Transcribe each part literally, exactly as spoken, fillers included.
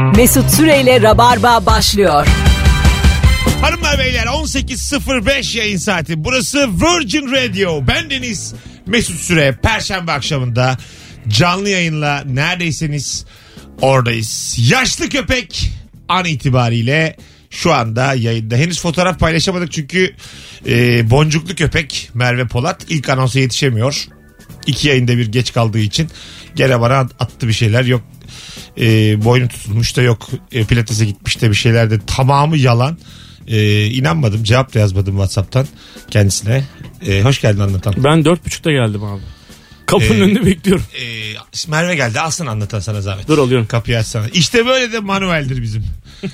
Mesut Süreyle Rabarba başlıyor. Hanımlar beyler on sekiz sıfır beş yayın saati. Burası Virgin Radio. Bendeniz Mesut Süre. Perşembe akşamında canlı yayınla neredeyseniz oradayız. Yaşlı köpek an itibariyle şu anda yayında. Henüz fotoğraf paylaşamadık çünkü e, boncuklu köpek Merve Polat ilk anonsa yetişemiyor. İki yayında bir geç kaldığı için gene bana attı bir şeyler. Yok e, boynu tutulmuş da, yok e, pilatese gitmiş de, bir şeyler de tamamı yalan. E, inanmadım, cevap da yazmadım WhatsApp'tan kendisine. E, hoş geldin anlatan. Ben dört buçukta geldim abi. Kapının ee, önünde bekliyorum. E, Merve geldi, alsana anlatan sana zahmet. Dur alıyorum. Kapıyı açsana. İşte böyle de manueldir bizim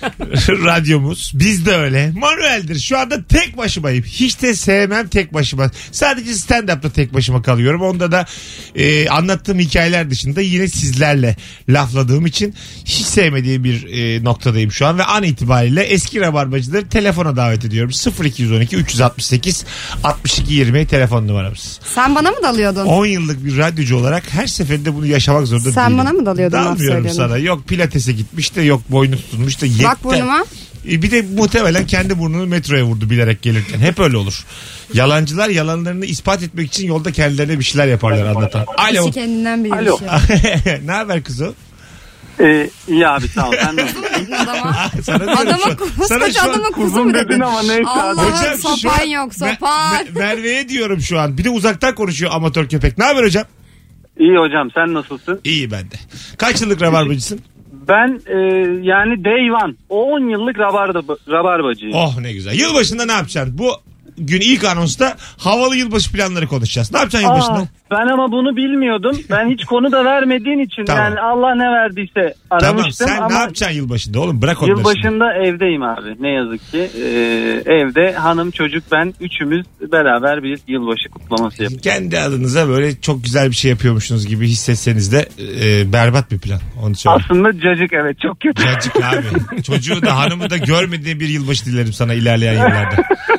radyomuz. Biz de öyle. Manueldir. Şu anda tek başımayım. Hiç de sevmem tek başıma. Sadece stand-up'ta tek başıma kalıyorum. Onda da e, anlattığım hikayeler dışında yine sizlerle lafladığım için hiç sevmediğim bir e, noktadayım şu an. Ve an itibariyle eski rabarbacıları telefona davet ediyorum. sıfır iki on iki üç altı sekiz altmış iki yirmi telefon numaramız. Sen bana mı dalıyordun? on yıllık bir radyocu olarak her seferinde bunu yaşamak zorunda Sen değilim. bana mı dalıyordun? Dalmıyorum sana. Yok pilatese gitmiş de, yok boynu tutulmuş da. Yeter. Bak burnuma. Bir de muhtemelen kendi burnunu metroya vurdu bilerek gelirken. Hep öyle olur. Yalancılar yalanlarını ispat etmek için yolda kendilerine bir şeyler yaparlar anlatan. Alo. İşi kendinden bilir. Alo. Ne haber kızım? Ee, iyi abi sağ ol. Ben de Adama, Sana diyorum adama şu an- sana koskoca şu an- adama kuzu uzun mu dedin dedin? ama neyse. Allah'ım Hocam şu sopan an- yok Me- sopan. Me- Merve'ye diyorum şu an. Bir de uzaktan konuşuyor amatör köpek. Ne haber hocam? İyi hocam, sen nasılsın? İyi ben de. Kaç yıllık rabarbacısın? Ben e, yani day one. O on yıllık rabarba, rabarbacıyım. Oh ne güzel. Yılbaşında ne yapacaksın? Bu gün ilk anonsta havalı yılbaşı planları konuşacağız. Ne yapacaksın yılbaşında? Aa, ben ama bunu bilmiyordum. Ben hiç konu da vermediğin için Tamam. yani Allah ne verdiyse Tamam, aramıştım. sen ama ne yapacaksın yılbaşında oğlum? Bırak onları. yılbaşında evdeyim abi. Ne yazık ki ee, evde hanım, çocuk, ben üçümüz beraber bir yılbaşı kutlaması yapıyoruz. Kendi adınıza böyle çok güzel bir şey yapıyormuşsunuz gibi hissetseniz de e, berbat bir plan. Onu söyleyeyim. Aslında cacık, evet, çok kötü. Cacık abi. Çocuğu da hanımı da görmediği bir yılbaşı dilerim sana ilerleyen yıllarda.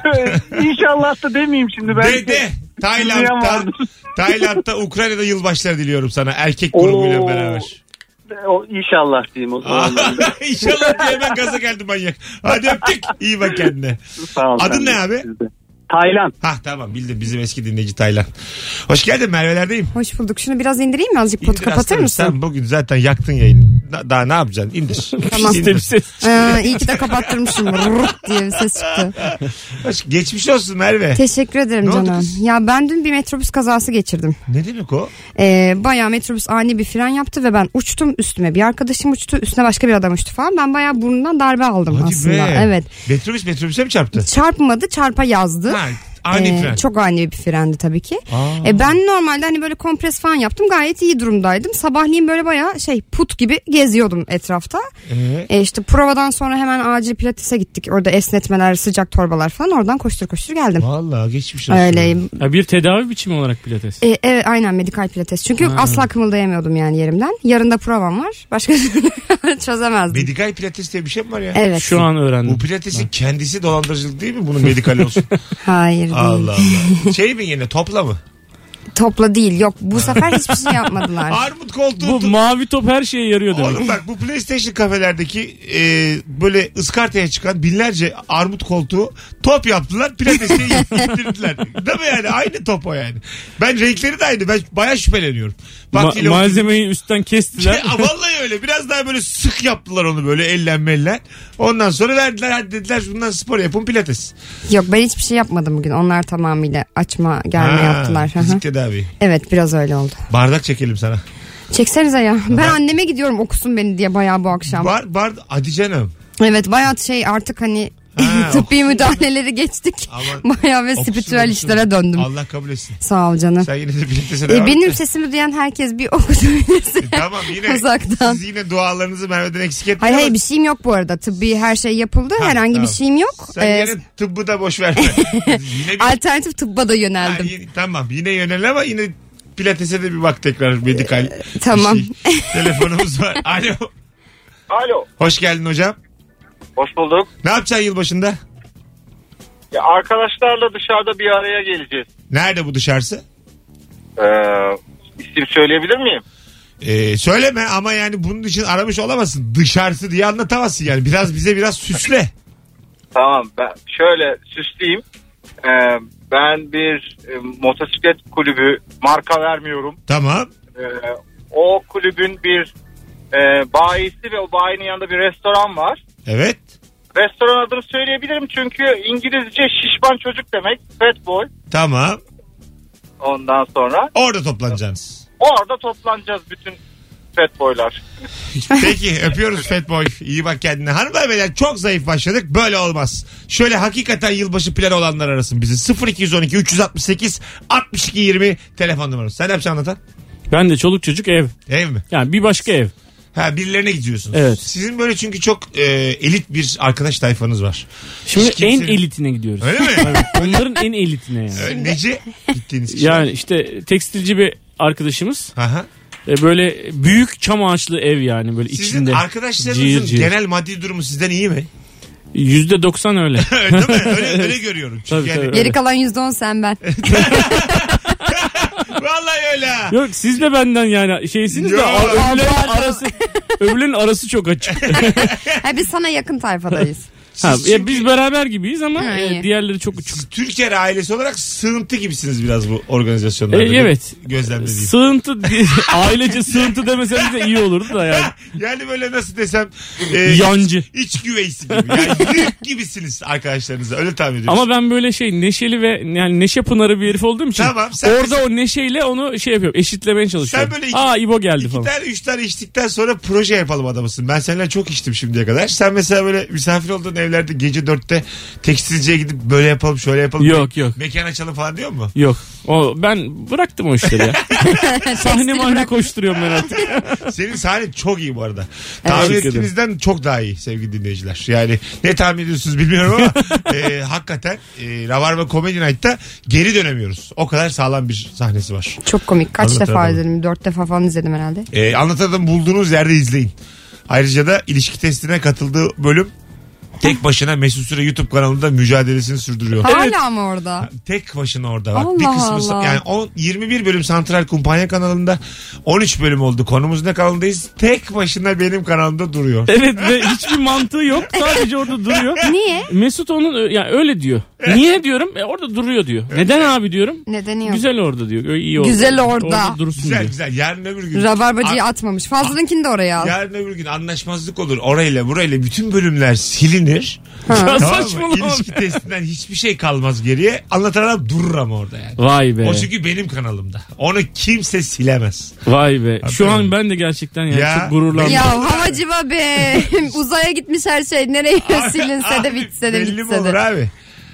İnşallah da demeyeyim şimdi. Belki De de. Tayland'da, Tayland'da, Ukrayna'da yılbaşları diliyorum sana erkek grubuyla Oo. beraber. O, inşallah diyeyim o zaman. İnşallah diye hemen gaza geldi manyak. Hadi öptük. İyi bak kendine. Sağ ol. Adın ne abi? Taylan. Hah tamam bildim, bizim eski dinleyici Taylan. Hoş geldin, Merve'lerdeyim. Hoş bulduk. Şunu biraz indireyim mi azıcık? Potu İndir kapatır aslanım, mısın? sen bugün zaten yaktın yayını. Da- Daha ne yapacaksın? İndir. Tamam. İndir. Ee, iyi ki de kapattırmışım. Rrrt diye bir ses çıktı. Hoş, geçmiş olsun Merve. Teşekkür ederim Ne oldu canım. kız? Ya ben dün bir metrobüs kazası geçirdim. Ne demek o? Ee, bayağı metrobüs ani bir fren yaptı ve ben uçtum, üstüme bir arkadaşım uçtu, üstüne başka bir adam uçtu falan. Ben bayağı burnundan darbe aldım Hadi aslında. be. Evet. Metrobüs metrobüse mi çarptı? Çarpmadı, çarpa yazdı. Ha, ani Ee, fren. Çok ani bir frendi tabii ki. Aa. E, ben normalde hani böyle kompres falan yaptım, gayet iyi durumdaydım. Sabahleyin böyle bayağı şey put gibi geziyordum etrafta. Ee? E, işte provadan sonra hemen acil pilatese gittik. Orada esnetmeler, sıcak torbalar falan, oradan koştur koştur geldim. Vallahi geçmiş olsun. Öyleyim. Ya bir tedavi biçimi olarak pilates. E, evet aynen, medikal pilates. Çünkü Ha. asla kımıldayamıyordum yani yerimden. Yarın da provam var. Başka türlü çözemezdim. Medikal pilates diye bir şey mi var ya? Evet. Şu an öğrendim. Bu pilatesin kendisi dolandırıcılık değil mi? Bunun medikali olsun. Hayır değil. Allah Allah. Şey mi yine, topla mı? Topla değil, yok bu sefer hiçbir şey yapmadılar. Armut koltuğu. Bu mavi top her şeye yarıyor demek. Oğlum bak, bu PlayStation kafelerdeki e, böyle ıskartaya çıkan binlerce armut koltuğu top yaptılar, pilates'e indirdiler. Değil mi yani? Aynı top o yani. Ben renkleri de aynı. Ben bayağı şüpheleniyorum. Ma- Vaktiyle malzemeyi üstten kestiler. Şey, vallahi öyle. Biraz daha böyle sık yaptılar onu, böyle ellen mellen. Ondan sonra verdiler, hadi dediler bundan spor yapın, pilates. Yok, ben hiçbir şey yapmadım bugün. Onlar tamamıyla açma germe Ha, yaptılar. Hı hı. Fizik tedavi. Evet, biraz öyle oldu. Bardak çekelim sana. Çeksenize ya. Ben anneme gidiyorum okusun beni diye bayağı bu akşam. Bar, bar, hadi canım. Evet, bayağı şey artık hani Ha, tıbbi müdahaleleri geçtik. Aman, Bayağı ve okusun, spiritüel okusun. işlere döndüm. Allah kabul etsin. Sağ ol canım. Sen yine de pilatese Ee, devam benim et. sesimi duyan herkes bir okutabilirse. Tamam, yine Uzaktan. siz yine dualarınızı Merve'den eksik etmeyin. Hayır ama hayır, bir şeyim yok bu arada. Tıbbi her şey yapıldı. Ha, Herhangi tamam. bir şeyim yok. Sen Ee, yine tıbbı da boş verme. Yine bir, alternatif tıbba da ha, yöneldim. yine- tamam yine yönel ama yine pilatese de bir bak tekrar, medikal. Ee, tamam. bir şey. Telefonumuz var. Alo. Alo. Hoş geldin hocam. Hoş bulduk. Ne yapacaksın yılbaşında? Ya arkadaşlarla dışarıda bir araya geleceğiz. Nerede bu dışarısı? Ee, isim söyleyebilir miyim? Ee, söyleme ama yani bunun için aramış olamazsın. Dışarısı diye anlatamazsın yani. Biraz bize biraz süsle. Tamam, ben şöyle süsleyeyim. Ee, ben bir e, motosiklet kulübü, marka vermiyorum. Tamam. Ee, o kulübün bir e, bayisi ve o bayinin yanında bir restoran var. Evet. Restoran adını söyleyebilirim çünkü İngilizce şişman çocuk demek. Fat boy. Tamam. Ondan sonra Orada toplanacaksınız. orada toplanacağız bütün fat boylar. Peki öpüyoruz Fat Boy. İyi bak kendine. Hanımlar beyler çok zayıf başladık. Böyle olmaz. Şöyle hakikaten yılbaşı planı olanlar arasın bizi. sıfır iki on iki üç altı sekiz altmış iki yirmi telefon numarası. Sen ne yapacaksın anlatan? Ben de çoluk çocuk ev. Ev mi? Yani bir başka ev. Ha birilerine gidiyorsunuz. Evet. Sizin böyle çünkü çok e, elit bir arkadaş tayfanız var. Şimdi Hiç kimsenin- en elitine gidiyoruz. Öyle mi? Evet, onların en elitine yani. Ee, Neci gittiğiniz kişi? Yani işte tekstilci bir arkadaşımız. Aha. E, Böyle büyük çam ağaçlı ev yani böyle Sizin içinde. arkadaşlarınızın cihir cihir. genel maddi durumu sizden iyi mi? yüzde doksan öyle. Değil mi? Öyle, öyle görüyorum. Çünkü Tabii, yani, tabii. Geri kalan yüzde on sen ben. Vallahi öyle. ha. Yok siz de benden yani şeysiniz Yok. de öbürlerin Abartma. arası öbürlerin arası çok açık. Ha, biz sana yakın tayfadayız. Ha, Siz ya çünkü- biz beraber gibiyiz ama Ha, e, iyi. diğerleri çok uçuk. Siz Türkiye ailesi olarak sığıntı gibisiniz biraz bu E, organizasyonlarda. evet. Gözlemlediğim. Sığıntı di- ailece sığıntı demeseniz de iyi olurdu da yani. Yani böyle nasıl desem. E, Yancı. iç, iç güveysi gibi. Yani yük gibisiniz arkadaşlarınızla. Öyle tahmin ediyorsun. Ama ben böyle şey neşeli ve yani neşe pınarı bir herif olduğum için Tamam, sen orada mesela- o neşeyle onu şey yapıyorum, eşitlemeye çalışıyorum. Sen böyle iki- Aa İbo geldi İki falan. tane üç tane içtikten sonra proje yapalım adamısın. Ben seninle çok içtim şimdiye kadar. Sen mesela böyle misafir olduğun evlerde gece dörtte tekstilciye gidip böyle yapalım şöyle yapalım. Yok, yok. Mekan açalım falan diyor mu? Yok. O ben bıraktım o işleri ya. Sahne mahne koşturuyorum ben artık. Senin sahne çok iyi bu arada. Tahmin Teşekkür ederim. ettiğinizden çok daha iyi sevgili dinleyiciler. Yani ne tahmin ediyorsunuz bilmiyorum ama e, hakikaten e, Rabarba Comedy Night'ta geri dönemiyoruz. O kadar sağlam bir sahnesi var. Çok komik. Kaç Anlat defa adamı. izledim? Dört defa falan izledim herhalde. E, anlatan bulduğunuz yerde izleyin. Ayrıca da ilişki testine katıldığı bölüm tek başına Mesut Süre YouTube kanalında mücadelesini sürdürüyor. Hala mı orada? Tek başına orada bak. Allah bir kısmı Allah. yani on, yirmi bir bölüm Santral Kumpanya kanalında, on üç bölüm oldu. Konumuz ne kanalındayız? Tek başına benim kanalımda duruyor. Evet ve hiçbir mantığı yok. Sadece orada duruyor. Niye? Mesut onun ö- yani öyle diyor. Niye diyorum? E, orada duruyor diyor. Neden abi diyorum? Nedeni yok. Güzel orada diyor. Öyle iyi oldu. Güzel orada. dursun Güzel diyor. güzel. Yarın öbür gün. Rabarbacıyı atmamış. Fazlı'nkini de oraya al. Yarın öbür gün anlaşmazlık olur. Orayla burayla bütün bölümler silinir. Ya Tamam mı? saçmalama. İlişki testinden hiçbir şey kalmaz geriye. Anlatan adam durur ama orada yani. Vay be. O çünkü benim kanalımda. Onu kimse silemez. Vay be. Şu Aferin. an ben de gerçekten yani Ya, çok gururlandım. Ya havacıma be. Uzaya gitmiş her şey. Nereye silinse de Abi, bitse de belli mi bitse olur de. abi?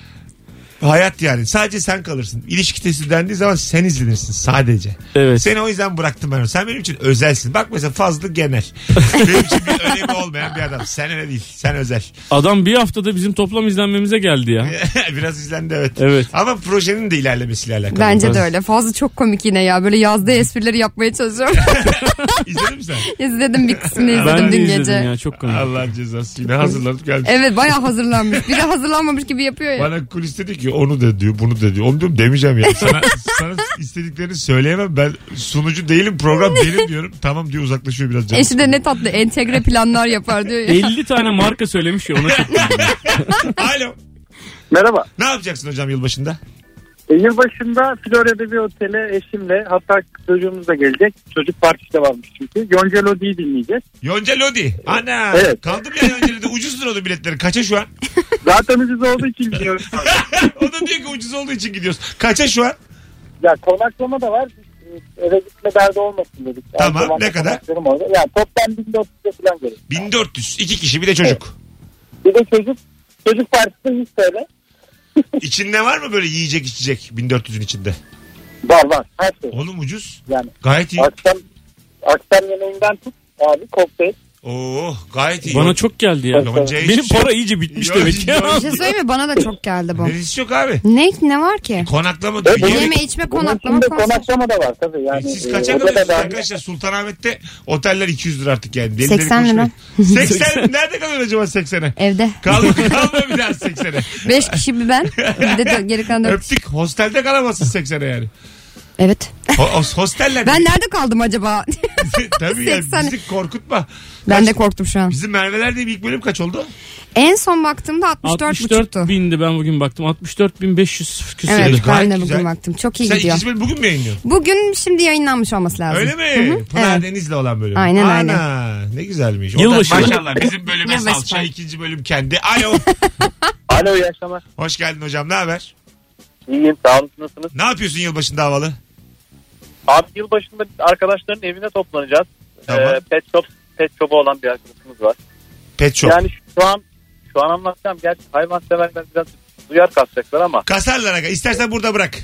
Hayat yani. Sadece sen kalırsın. İlişki testi dendiği zaman sen izlenirsin sadece. Evet. Seni o yüzden bıraktım ben onu. Sen benim için özelsin. Bak mesela Fazlı genel. Benim için bir önemi olmayan bir adam. Sen öyle değil. Sen özel. Adam bir haftada bizim toplam izlenmemize geldi ya. Biraz izlendi evet. Evet. Ama projenin de ilerlemesiyle alakalı. Bence de öyle. Fazla çok komik yine ya. Böyle yazdığı esprileri yapmaya çalışıyorum. İzledin mi sen? İzledim bir kısmını Ben izledim de dün izledim gece. ya çok komik. Allah'ın cezası. Yine hazırlanıp gelmiş. Evet bayağı hazırlanmış. Biri hazırlanmamış gibi yapıyor ya. Bana kulis dedi ki onu da diyor bunu da diyor. Onu diyorum demeyeceğim ya. Sana, sana istediklerini söyleyemem. Ben sunucu değilim program benim diyorum. Tamam diyor uzaklaşıyor biraz canım. Eşi de ne tatlı entegre planlar yapar diyor ya. elli tane marka söylemiş ya ona çok güldüm. Alo. Merhaba. Ne yapacaksın hocam yılbaşında? E, yılbaşında Florya'da bir otele eşimle, hatta çocuğumuz da gelecek. Çocuk partisi de varmış çünkü. Yonca Lodi'yi dinleyeceğiz. Yonca Lodi. Ana. Evet. Kaldım ya Yonca Lodi. Ucuzdur o da biletleri. Kaça şu an? Zaten ucuz olduğu için gidiyoruz. O da diyor ki ucuz olduğu için gidiyoruz. Kaça şu an? Ya konaklama da var. Ee, Eve gitme derdi olmasın dedik. Tamam, Aynı zamanda ne kadar? konaklarım orada. Yani toplam bin dört yüze falan gelir. bin dört yüz. İki kişi bir de çocuk. Bir de çocuk. Çocuk partisi de yüz T L. İçinde var mı böyle yiyecek içecek bin dört yüzün içinde? Var var. Her şey. Oğlum ucuz. Yani Gayet iyi. akşam akşam yemeğinden tut abi kokteyl. Oo gayet iyi. Bana çok geldi ya. Yonca'ya hiçbir Benim şey para yok. iyice bitmiş Yok, demek ya. yok. Bir şey söyleyeyim mi? Bana da çok geldi bu. Neresi yok abi? Ne ne var ki? Konaklama diyor. Evet, Yemek- Yeme içme Bunun konaklama içinde konser. konaklama da var tabii. Yani, Siz e, kaça o da kalıyorsunuz dahil. arkadaşlar? Sultanahmet'te oteller iki yüz lira artık yani. Deli seksen deli lira. konuşmayın. seksen nerede kalıyorsun acaba seksene? Evde. Kalma, kalma bir daha seksene. Beş kişi bir ben. Bir de geri kalan dört. Öptük. Hostelde kalamazsın seksene yani. Evet. Ho- hosteller. Ben nerede kaldım acaba? Tabii ya, seksen bizi korkutma. Ben Kaç- de korktum şu an. Bizim Merve'ler diye bir ilk bölüm kaç oldu? En son baktığımda altmış dört altmış dört buçuktu. bindi ben bugün baktım. altmış dört bin beş yüz küsur. Evet, Gayet ben de bugün güzel. baktım. Çok iyi Sen gidiyor. ikinci bölüm bugün mü yayınlıyorsun? Bugün şimdi yayınlanmış olması lazım. Öyle mi? Hı hı. Pınar Evet. Deniz'le olan bölüm. Aynen öyle. Ana, ne güzelmiş. Yılbaşı. Oradan Maşallah bizim bölüme Yılbaşı salça, var. ikinci bölüm kendi. Alo. Alo, iyi akşamlar. Hoş geldin hocam, ne haber? İyiyim, sağ olun, nasılsınız? Ne yapıyorsun yılbaşında havalı? Abi yılbaşında arkadaşların evine toplanacağız. Tamam. Ee, pet shop, pet shop'u olan bir arkadaşımız var. Pet shop. Yani şu an şu an anlatacağım. Gerçi hayvan severler biraz duyar kasacaklar ama. Kasarlar aga. İstersen burada bırak.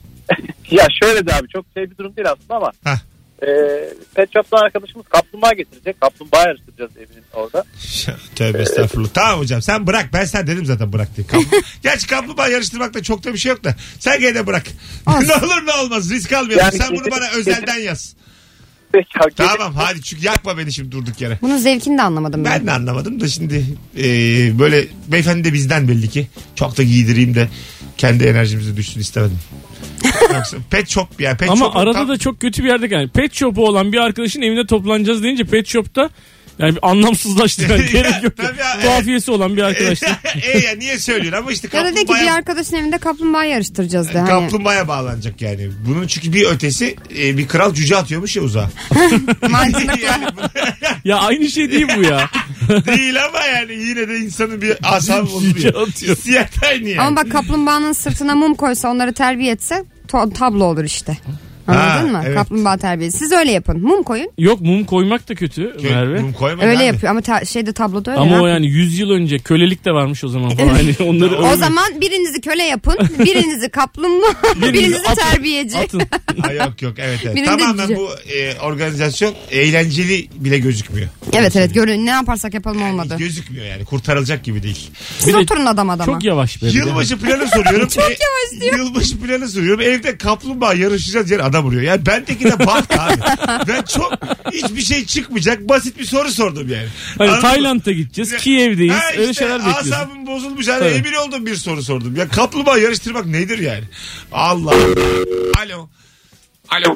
Ya şöyle de abi, çok şey bir durum değil aslında ama. Hah. E, pet shop'tan arkadaşımız kaplumbağa getirecek. Kaplumbağa yarıştıracağız evinin orada. Tövbe estağfurullah. Tamam hocam sen bırak. Ben sen dedim zaten bırak diye. Kapl- Gerçi kaplumbağa yarıştırmakta çok da bir şey yok da. Sen gene de bırak. ne olur ne olmaz. Risk almayalım. Yani sen bunu kesin- bana özelden yaz. Peki, abi, Tamam hadi çünkü yakma beni şimdi durduk yere. Bunun zevkini de anlamadım ben. Ben de anlamadım da şimdi e, böyle beyefendi de bizden belli ki. Çok da giydireyim de kendi enerjimize düşsün istemedim. Yoksa pet shop ya pet Ama shop arada tam- da çok kötü bir yerde yani. Pet shop'u olan bir arkadaşın evine toplanacağız deyince pet shop'ta yani bir anlamsızlaştı. Yani gerek yok. Tabii ya. Tuhafiyesi olan bir arkadaştı. e ya niye söylüyorsun ama işte Ya da de ki bir kaplumbağa arkadaşın evinde kaplumbağa yarıştıracağız de. Hani. kaplumbağaya bağlanacak yani. Bunun çünkü bir ötesi e, bir kral cüce atıyormuş ya uzağa. Mantıklı. yani Ya aynı şey değil bu ya. bu- değil ama yani yine de insanın bir asabı Cüce bozuluyor. atıyor. Hissiyat aynı yani. Ama bak kaplumbağanın sırtına mum koysa onları terbiye etse to- tablo olur işte. Anladın Ha, mı? evet. Kaplumbağa terbiyesi. Siz öyle yapın. Mum koyun. Yok mum koymak da kötü Kö- Merve. Mum koyma Öyle abi. yapıyor ama ta- şeyde tabloda öyle. Ama ha. o yani yüz yıl önce kölelik de varmış o zaman falan. Yani onları O zaman birinizi köle yapın, birinizi kaplumbağa, birinizi atın, terbiyeci. Atın. Ha, yok yok evet evet. Birinde Tamamen cüce. bu e, organizasyon eğlenceli bile gözükmüyor. Evet evet görün ne yaparsak yapalım olmadı. Gözükmüyor yani kurtarılacak gibi değil. Siz Bir de oturun adam adama. Çok yavaş be. Yılbaşı planı soruyorum. Çok E, yavaş diyor. Yılbaşı planı soruyorum. Evde kaplumbağa yarışacağız yer adam vuruyor. Yani bendeki de bak abi. Ben çok hiçbir şey çıkmayacak basit bir soru sordum yani. Hani Anladın mı? Tayland'da gideceğiz. Kiev'deyiz. Ha Öyle işte, şeyler bekliyorsun. asabım bozulmuş. Hani Evet. emin oldum bir soru sordum. Ya kaplumbağa yarıştırmak nedir yani? Allah. Alo. Alo.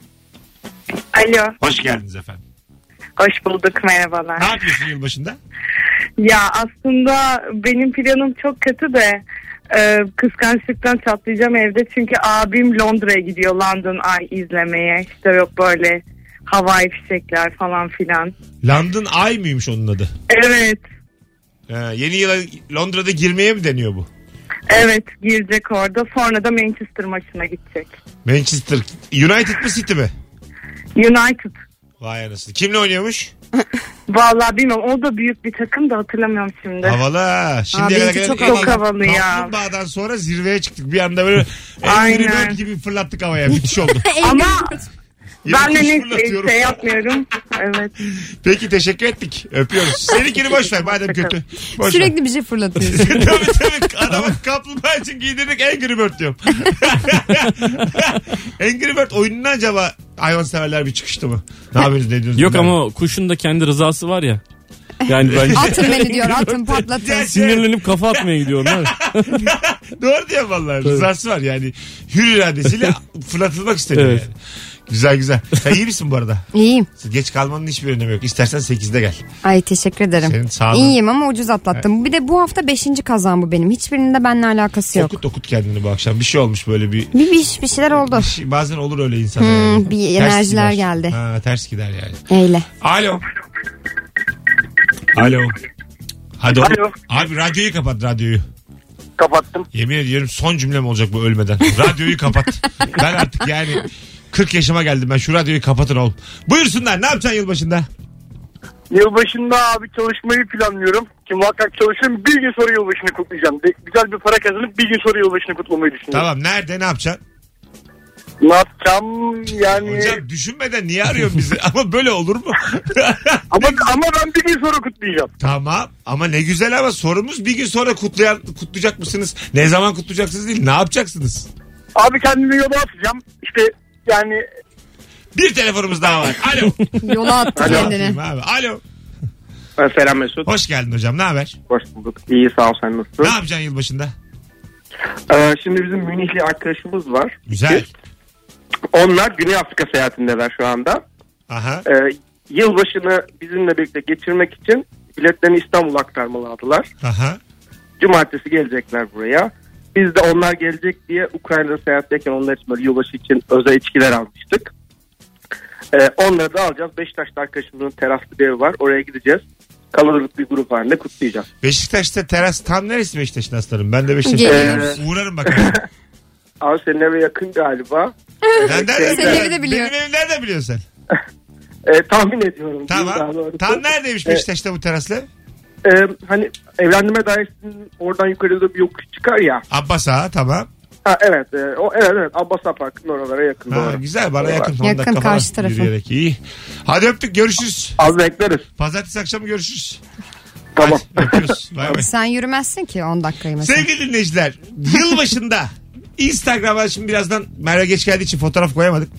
Alo, Hoş geldiniz efendim. hoş bulduk, merhabalar. Ne yapıyorsun yılbaşında? Ya aslında benim planım çok kötü de e, kıskançlıktan çatlayacağım evde. Çünkü abim Londra'ya gidiyor, London Eye izlemeye. İşte yok böyle havai fişekler falan filan. London Eye mıymış onun adı? Evet, Ha, yeni yıla Londra'da girmeye mi deniyor bu? evet girecek orada. Sonra da Manchester maçına gidecek. Manchester United mı City mi? United. Vay anasını. Kimle oynuyormuş? Vallahi bilmiyorum, o da büyük bir takım da hatırlamıyorum şimdi. Havalı ha. Şimdiye benimki kadar çok en- Çok havalı ya. Kaplumbağadan sonra zirveye çıktık. Bir anda böyle Aynen. Angry Bird gibi fırlattık havaya. Müthiş oldu. Ama ben de Kuş ne fırlatıyorum. şey yapmıyorum. Evet. Peki teşekkür ettik. Öpüyoruz. Seninkini boş ver madem kötü. Boş ver. Sürekli bir şey fırlatıyorsun. tabii tabii. Adamı kaplumbağa için giydirdik Angry Bird diyorum. Angry Bird oyununa acaba hayvanseverler bir çıkıştı mı? Ne yapıyorsunuz ne diyorsunuz? Yok bilmem. ama kuşun da kendi rızası var ya. Yani bence Atın beni diyor atın patlatın. Gerçi- sinirlenip kafa atmaya gidiyor onlar. Doğru diyor vallahi. Rızası var yani. Hür iradesiyle fırlatılmak istemiyor Evet. yani. Güzel güzel. Sen iyi misin bu arada? İyiyim. Geç kalmanın hiçbir önemi yok. İstersen sekizde gel. Ay teşekkür ederim. Senin sağlığın- İyiyim ama ucuz atlattım. Bir de bu hafta beşinci kazan bu benim. Hiçbirinin de benimle alakası yok. Okut okut kendini bu akşam. Bir şey olmuş böyle bir... Bir, bir, bir şeyler oldu. bir şey- bazen olur öyle insana Hmm, yani. bir Ters enerjiler gider. geldi. Ha, ters gider yani. Eyle. Alo. Alo. Hadi oğlum. Alo. Abi radyoyu kapat radyoyu. Kapattım. Yemin ediyorum son cümlem olacak bu ölmeden. Radyoyu kapat. Ben artık yani kırk yaşıma geldim ben. Şu radyoyu kapatın oğlum. Buyursunlar ne yapacaksın yılbaşında? Yılbaşında abi çalışmayı planlıyorum. Ki muhakkak çalışırım. Bir gün sonra yılbaşını kutlayacağım. De- güzel bir para kazanıp bir gün sonra yılbaşını kutlamayı düşünüyorum. Tamam nerede ne yapacaksın? Ne yapacağım yani? Hocam düşünmeden niye arıyorsun bizi? Ama böyle olur mu? Ama, ama ben bir gün sonra kutlayacağım. Tamam ama ne güzel ama sorumuz bir gün sonra kutlayan, kutlayacak mısınız? Ne zaman kutlayacaksınız değil ne yapacaksınız? Abi kendimi yola atacağım. İşte yani... Bir telefonumuz daha var. Alo. Yola attı Alo. kendini. Abi. Alo. Selam Mesut. Hoş geldin hocam ne haber? Hoş bulduk. İyi sağ ol, sen nasılsın? Ne yapacaksın yılbaşında? Ee, şimdi bizim Münihli arkadaşımız var. Güzel. Onlar Güney Afrika seyahatindeler şu anda. Aha. Ee, yılbaşını bizimle birlikte geçirmek için biletlerini İstanbul'a aktarmalılar. Aha. Cumartesi gelecekler buraya. Biz de onlar gelecek diye Ukrayna'da seyahatteyken onlar için böyle yılbaşı için özel içkiler almıştık. Ee, onları da alacağız. Beşiktaş'ta arkadaşımızın teraslı bir evi var. Oraya gideceğiz. Kalabalık bir grup halinde kutlayacağız. Beşiktaş'ta teras tam neresi Beşiktaş'ın aslanım? Ben de Beşiktaş'ta Ee, uğrarım bakalım. Abi senin eve yakın galiba. Ben nereden Senin evi de biliyor. Benim evim nereden biliyorsun sen? Ee, tahmin ediyorum. Tamam. Tam neredeymiş Beşiktaş'ta bu terasla? Ee, hani evlendirme dairesinin oradan yukarıda bir yokuş çıkar ya. Abbas Ağa tamam. Ha, evet, e, o, evet evet Abbas Park'ın oralara yakın. Ha, doğru. güzel bana yakın. on Yakın, dakika karşı falan tarafı. yürüyerek. İyi. Hadi öptük görüşürüz. Az bekleriz. Pazartesi akşamı görüşürüz. Tamam. Hadi, öpüyoruz. Bay bay. Sen yürümezsin ki on dakikayı mesela. Sevgili dinleyiciler yılbaşında Instagram'a şimdi birazdan Merve geç geldiği için fotoğraf koyamadık.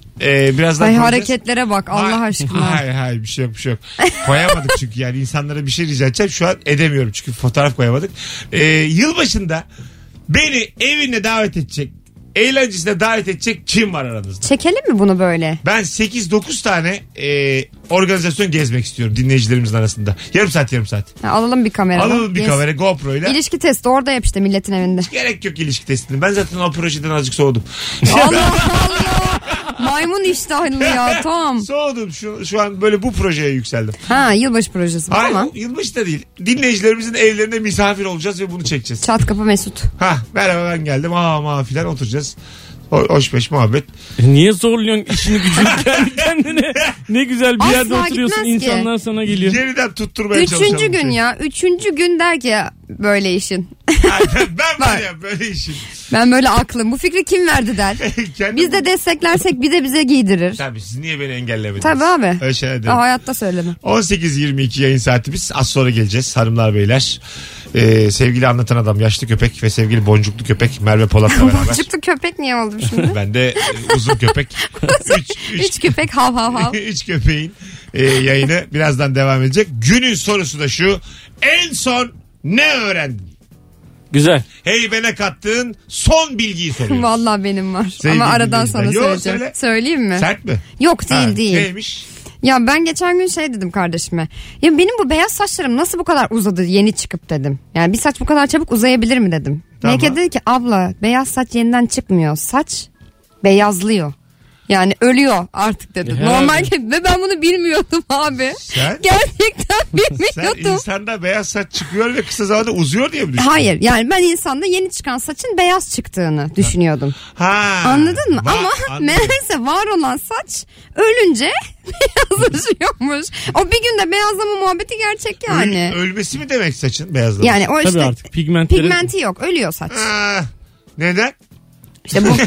Ee, birazdan Ay koyacağız. hareketlere bak Allah Hay- aşkına. Hayır hayır bir şey yok bir şey yok. Koyamadık çünkü yani insanlara bir şey rica edeceğim. Şu an edemiyorum çünkü fotoğraf koyamadık. Ee, yılbaşında beni evine davet edecek, eğlencesine davet edecek kim var aranızda? Çekelim mi bunu böyle? Ben sekiz dokuz tane e, organizasyon gezmek istiyorum dinleyicilerimizin arasında. Yarım saat yarım saat. Ha, alalım bir kamera. Alalım bir Yes. kamera GoPro ile. İlişki testi orada yap işte milletin evinde. Gerek yok ilişki testini. Ben zaten o projeden azıcık soğudum. Allah Allah. Maymun iştahlı ya tamam. Soğudum. Şu, şu an böyle bu projeye yükseldim. Ha yılbaşı projesi Hayır ama. yılbaşı da değil. Dinleyicilerimizin evlerine misafir olacağız ve bunu çekeceğiz. Çat kapı Mesut. Ha merhaba ben geldim. Aa ma filan oturacağız. Ho- Hoş beş muhabbet. E niye zorluyorsun işini gücünü kendi kendine? Ne güzel bir Asla yerde oturuyorsun gitmez ki. insanlar sana geliyor. Yeniden tutturmaya çalışalım. Üçüncü gün bir şey. ya. Üçüncü gün der ki böyle işin. Ha, ben var ya böyle işim. Ben böyle aklım. Bu fikri kim verdi der. Kendim- Biz de desteklersek bir de bize giydirir. Tabii siz niye beni engellemediniz? Tabii abi. Öyle şeyler derim. Aa, hayatta söyleme. on sekiz yirmi iki yayın saatimiz. Az sonra geleceğiz hanımlar beyler. Ee, sevgili anlatan adam yaşlı köpek ve sevgili boncuklu köpek Merve Polat'la beraber. Boncuklu köpek niye oldu şimdi? Ben de e, uzun köpek. üç, üç, Üç köpek hav hav hav. üç köpeğin e, yayını birazdan devam edecek. Günün sorusu da şu. En son ne öğrendin? Güzel. Heybene kattığın son bilgiyi soruyoruz. Vallahi benim var. Sevgili Ama aradan sonra dinleyiciler. Yo, söyleyeceğim. söyle. Söyleyeyim mi? Sert mi? Yok değil Ha, değil. Neymiş? Ya ben geçen gün şey dedim kardeşime. Ya benim bu beyaz saçlarım nasıl bu kadar uzadı yeni çıkıp dedim. Yani bir saç bu kadar çabuk uzayabilir mi dedim. Tamam. Melike dedi ki abla beyaz saç yeniden çıkmıyor. Saç beyazlıyor. Yani ölüyor artık dedi. E, Normal herhalde. ve ben bunu bilmiyordum abi. Sen? Gerçekten Sen bilmiyordum. insanda beyaz saç çıkıyor ve kısa zamanda uzuyor diye mi düşünüyorsun? Hayır yani ben insanda yeni çıkan saçın beyaz çıktığını düşünüyordum. Ha. Anladın mı? Va- Ama anladım. meğerse var olan saç ölünce beyazlaşıyormuş. O bir günde beyazlama muhabbeti gerçek yani. Öl- ölmesi mi demek saçın beyazlaması? Yani o Tabii işte artık pigmentleri. pigmenti yok ölüyor saç. Ha, neden? İşte bu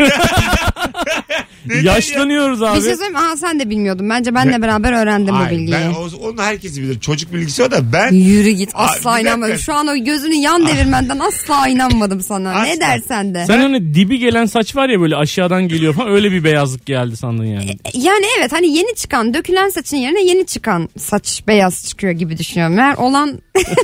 Neden Yaşlanıyoruz bir abi. şey söyleyeyim mi? Aa, sen de bilmiyordun. Bence benle beraber öğrendim Hayır, bu bilgiyi. ben o- onu herkes bilir. Çocuk bilgisi o da ben Yürü git asla Ay, bir inanmadım. dakika. Şu an o gözünü yan devirmenden asla inanmadım sana. Asla. Ne dersen de. Sen hani dibi gelen saç var ya böyle aşağıdan geliyor falan öyle bir beyazlık geldi sandın yani. Yani evet hani yeni çıkan dökülen saçın yerine yeni çıkan saç beyaz çıkıyor gibi düşünüyorum. Eğer olan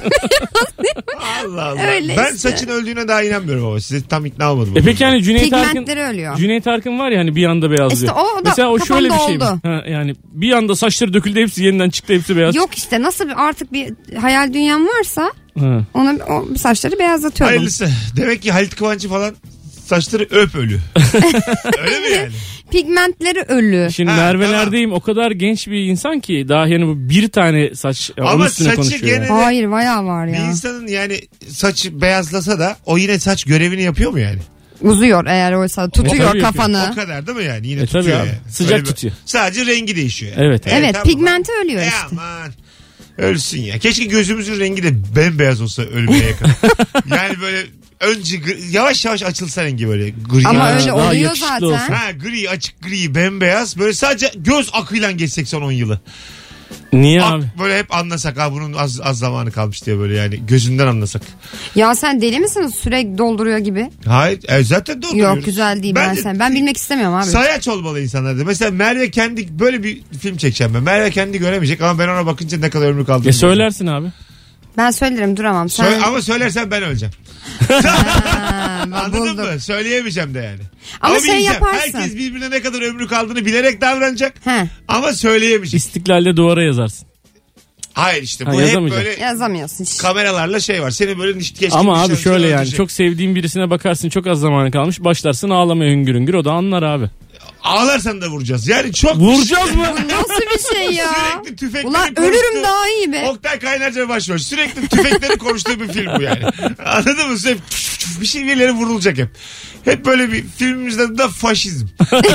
Allah Allah. Öyle ben işte. saçın öldüğüne daha inanmıyorum ama size tam ikna olmadım. E peki hani Cüneyt Arkın, pigmentleri ölüyor. Cüneyt Arkın var ya hani bir anda beyazlıyor. İşte o da Mesela o şöyle bir kafamda şey mi? oldu. Ha, yani bir anda saçları döküldü hepsi yeniden çıktı hepsi beyaz. Yok işte nasıl bir artık bir hayal dünyam varsa Ha. ona o saçları beyazlatıyorum. Hayırlısı. Demek ki Halit Kıvanç'ı falan saçları öp ölü. Öyle mi yani? Pigmentleri ölü. Şimdi Ha, Merve'lerdeyim o kadar genç bir insan ki daha yani bu bir tane saç onun Ama üstüne saçı konuşuyor. gene- yani. Hayır bayağı var Bir ya. insanın yani saçı beyazlasa da o yine saç görevini yapıyor mu yani? Uzuyor eğer oysa tutuyor tabii kafanı. O kadar değil mi yani? Yine E tabii tutuyor abi. yani. Sıcak Öyle bir- tutuyor. Sadece rengi değişiyor. Yani. Evet. Evet tamam. pigmenti ölüyor E işte. aman. Ölsün ya. Keşke gözümüzün rengi de bembeyaz olsa ölmeye yakın. Yani böyle önce gri- yavaş yavaş açılsa rengi böyle gri. Ama Ya, öyle daha oluyor yakışıklı zaten. olsun. Ha gri açık gri bembeyaz böyle sadece göz akıyla geçsek son on yılı. Niye Ak- abi? böyle hep anlasak ha bunun az az zamanı kalmış diye böyle yani gözünden anlasak. Ya sen deli misin sürekli dolduruyor gibi? Hayır e, zaten dolduruyoruz. Yok güzel değil ben Bence sen. Ben bilmek istemiyorum abi. Sayaç olmalı insanlarda. Mesela Merve Kendi böyle bir film çekeceğim ben. Merve Kendi göremeyecek ama ben ona bakınca ne kadar ömrü kaldı. E söylersin abi. Ben söylerim duramam. Sen... Söyle, ama söylersen ben öleceğim. Ha, Tamam Anladın buldum. mı? Söyleyemeyeceğim de yani. Ama şey bileceğim. yaparsın. Herkes birbirine ne kadar ömrü kaldığını bilerek davranacak. He. Ama söyleyemeyecek. İstiklal'de duvara yazarsın. Hayır işte bu Ha, hep yazamayacak. böyle Yazamıyorsun hiç. kameralarla şey var. Seni böyle keşke Ama abi nişan- şöyle yani öldürecek. çok sevdiğin birisine bakarsın, çok az zamanı kalmış, başlarsın ağlamaya hüngür hüngür, o da anlar abi. Ağlarsan da vuracağız. Yani çok Vuracağız mı? Bu nasıl bir şey ya? Sürekli tüfekleri Ulan konuştuğu- ölürüm daha iyi be. Oktay Kaynarca başlıyor. Sürekli tüfekleri konuştuğu bir film bu yani. Anladın mı? Hep bir şey birileri vurulacak hep. Hep böyle bir filmimizde de faşizm.